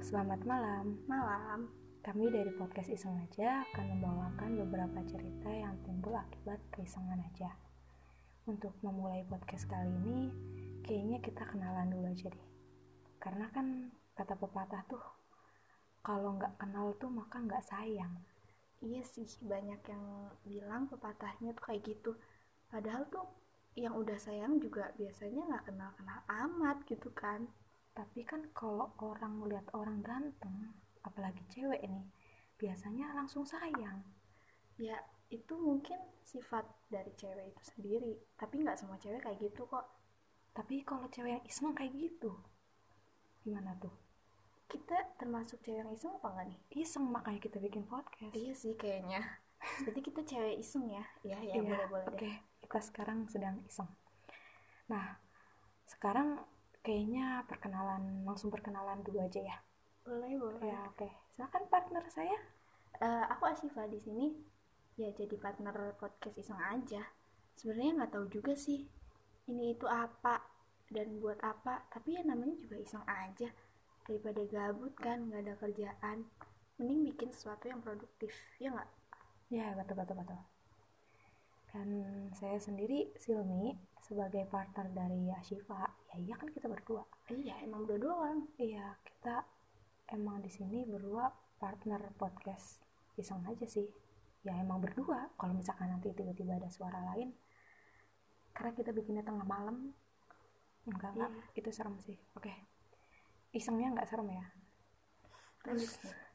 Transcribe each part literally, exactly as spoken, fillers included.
selamat malam. Malam. Kami dari podcast Iseng Aja akan membawakan beberapa cerita yang timbul akibat keisengan aja. Untuk memulai podcast kali ini, kayaknya kita kenalan dulu aja deh. Karena kan kata pepatah tuh, kalau nggak kenal tuh maka nggak sayang. Iya sih, banyak yang bilang pepatahnya tuh kayak gitu. Padahal tuh yang udah sayang juga biasanya nggak kenal-kenal amat gitu kan. Tapi kan kalau orang lihat orang ganteng, apalagi cewek nih, biasanya langsung sayang. Ya itu mungkin sifat dari cewek itu sendiri, tapi nggak semua cewek kayak gitu kok. Tapi kalau cewek yang iseng kayak gitu, gimana tuh? Kita termasuk cewek yang iseng apa nggak nih? Iseng, makanya kita bikin podcast. Iya sih kayaknya. Jadi kita cewek iseng ya. Ya ya Iya, boleh-boleh oke. deh. Kita sekarang sedang iseng. Nah, sekarang kayaknya perkenalan, langsung perkenalan dulu aja ya. Boleh boleh. Ya, oke. Silakan partner saya. Uh, aku Asyifa di sini. Ya jadi partner podcast iseng aja. Sebenarnya nggak tahu juga sih ini itu apa dan buat apa, tapi ya namanya juga iseng aja. Daripada gabut kan nggak ada kerjaan, mending bikin sesuatu yang produktif, ya nggak? Ya, betul betul betul. Dan saya sendiri Silmi sebagai partner dari Asyifa. Ya iya kan kita berdua. Iya emang berdua doang. Iya, kita emang di sini berdua partner podcast iseng aja sih. Ya emang berdua. Kalau misalkan nanti tiba-tiba ada suara lain, karena kita bikinnya tengah malam, enggak enggak, Iya. itu serem sih. Oke, isengnya nggak serem ya. Terus,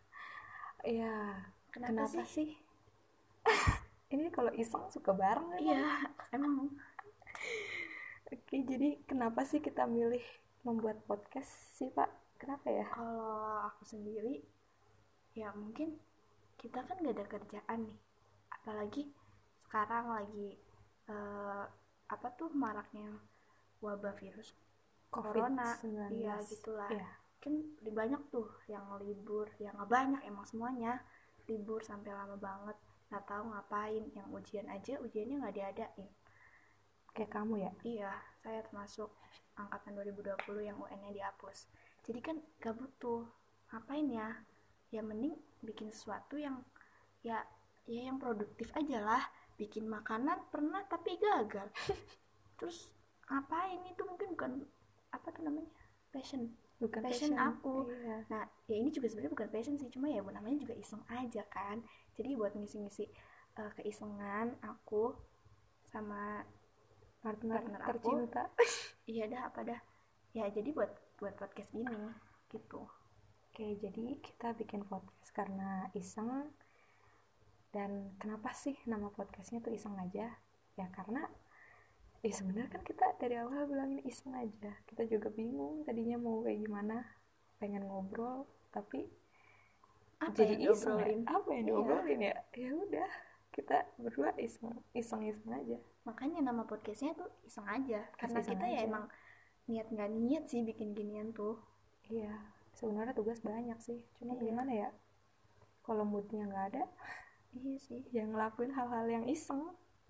ya Kenapa, kenapa, sih? sih? Ini kalau iseng suka bareng kan? Iya emang. Oke, jadi kenapa sih kita milih membuat podcast sih Pak? Kenapa ya? Kalau aku sendiri, ya mungkin kita kan gak ada kerjaan nih, apalagi sekarang lagi uh, apa tuh maraknya wabah virus corona. Iya gitulah. Iya. Kan banyak tuh yang libur, yang nggak banyak emang semuanya libur sampai lama banget, nggak tahu ngapain. Yang ujian aja ujiannya nggak diadain. Kayak kamu ya? Iya, saya termasuk angkatan dua ribu dua puluh yang U N-nya dihapus. Jadi kan gak butuh ngapain ya? Ya mending bikin sesuatu yang ya ya yang produktif aja lah. Bikin makanan pernah tapi gagal. Terus ngapain, itu mungkin bukan apa tuh namanya? Passion. Bukan passion, passion aku. Iya. Nah, ya ini juga sebenarnya bukan passion sih, cuma ya namanya juga iseng aja kan. Jadi buat ngisi-ngisi uh, keisengan aku sama partner, partner tercinta. Iya dah apa dah. Ya jadi buat buat podcast ini gitu. Oke, jadi kita bikin podcast karena iseng. Dan kenapa sih nama podcastnya tuh iseng aja? Ya karena ya sebenarnya kan kita dari awal bilangin iseng aja. Kita juga bingung tadinya mau kayak gimana, pengen ngobrol tapi Apa jadi yang iseng diobrolin? ya? Apa yang diobrolin ya? Ya udah, kita berdua iseng, iseng-iseng aja. Makanya nama podcastnya tuh iseng aja. Karena Iseng kita aja. ya emang niat nggak niat sih bikin ginian tuh. Iya, sebenarnya tugas banyak sih. Cuma Iya. gimana ya? Kalau moodnya nggak ada, iya sih. yang ngelakuin hal-hal yang iseng.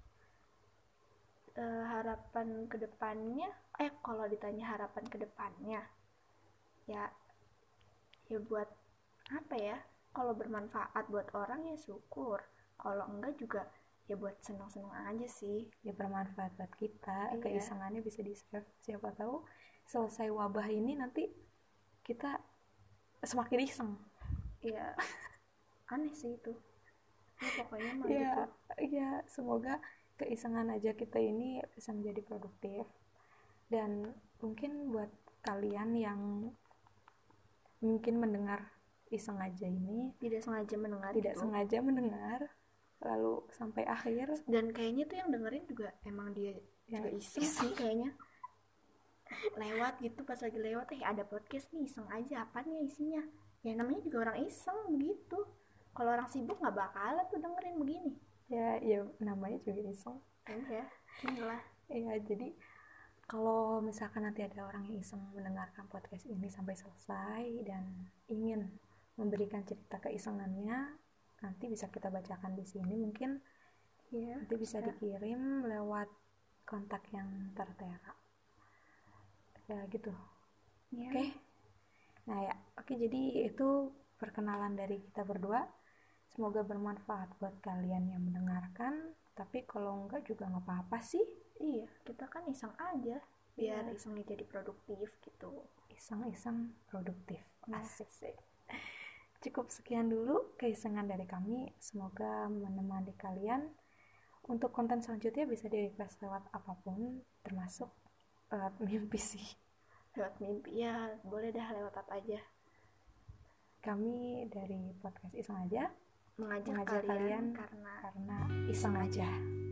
Uh, harapan kedepannya, eh kalau ditanya harapan kedepannya, ya, ya buat apa ya? Kalau bermanfaat buat orang ya syukur. Kalau enggak juga ya buat senang-senang aja sih. Ya bermanfaat buat kita. Iya. Keisengannya bisa di-save. Siapa tahu selesai wabah ini nanti kita semakin iseng. Iya. Aneh sih itu. Ya pokoknya mah ya, gitu. Ya semoga keisengan aja kita ini bisa menjadi produktif. Dan mungkin buat kalian yang mungkin mendengar iseng aja ini tidak sengaja mendengar tidak gitu. sengaja mendengar lalu sampai akhir, dan kayaknya tuh yang dengerin juga emang dia ya, juga iseng, iseng sih kayaknya. Lewat gitu, pas lagi lewat eh ada podcast nih, iseng aja, apa nih isinya, ya namanya juga orang iseng begitu. Kalau orang sibuk nggak bakalan tuh dengerin begini. Ya ya namanya juga iseng. Ya inilah. Ya jadi kalau misalkan nanti ada orang yang iseng mendengarkan podcast ini sampai selesai dan ingin memberikan cerita keisengannya, nanti bisa kita bacakan di sini. Mungkin ya, nanti bisa, bisa dikirim lewat kontak yang tertera. Ya gitu. Ya. Oke. Nah ya, oke, jadi itu perkenalan dari kita berdua. Semoga bermanfaat buat kalian yang mendengarkan. Tapi kalau enggak juga nggak apa-apa sih. Iya, kita kan iseng aja, biar Iya. isengnya jadi produktif gitu. Iseng-iseng produktif. Nah. Asik sih. Cukup sekian dulu keisengan dari kami. Semoga menemani kalian. Untuk konten selanjutnya bisa di request lewat apapun, termasuk lewat mimpi sih. Lewat mimpi ya, boleh dah lewat apa aja. Kami dari podcast Iseng Aja Mengajak, mengajak kalian, kalian karena karena iseng aja.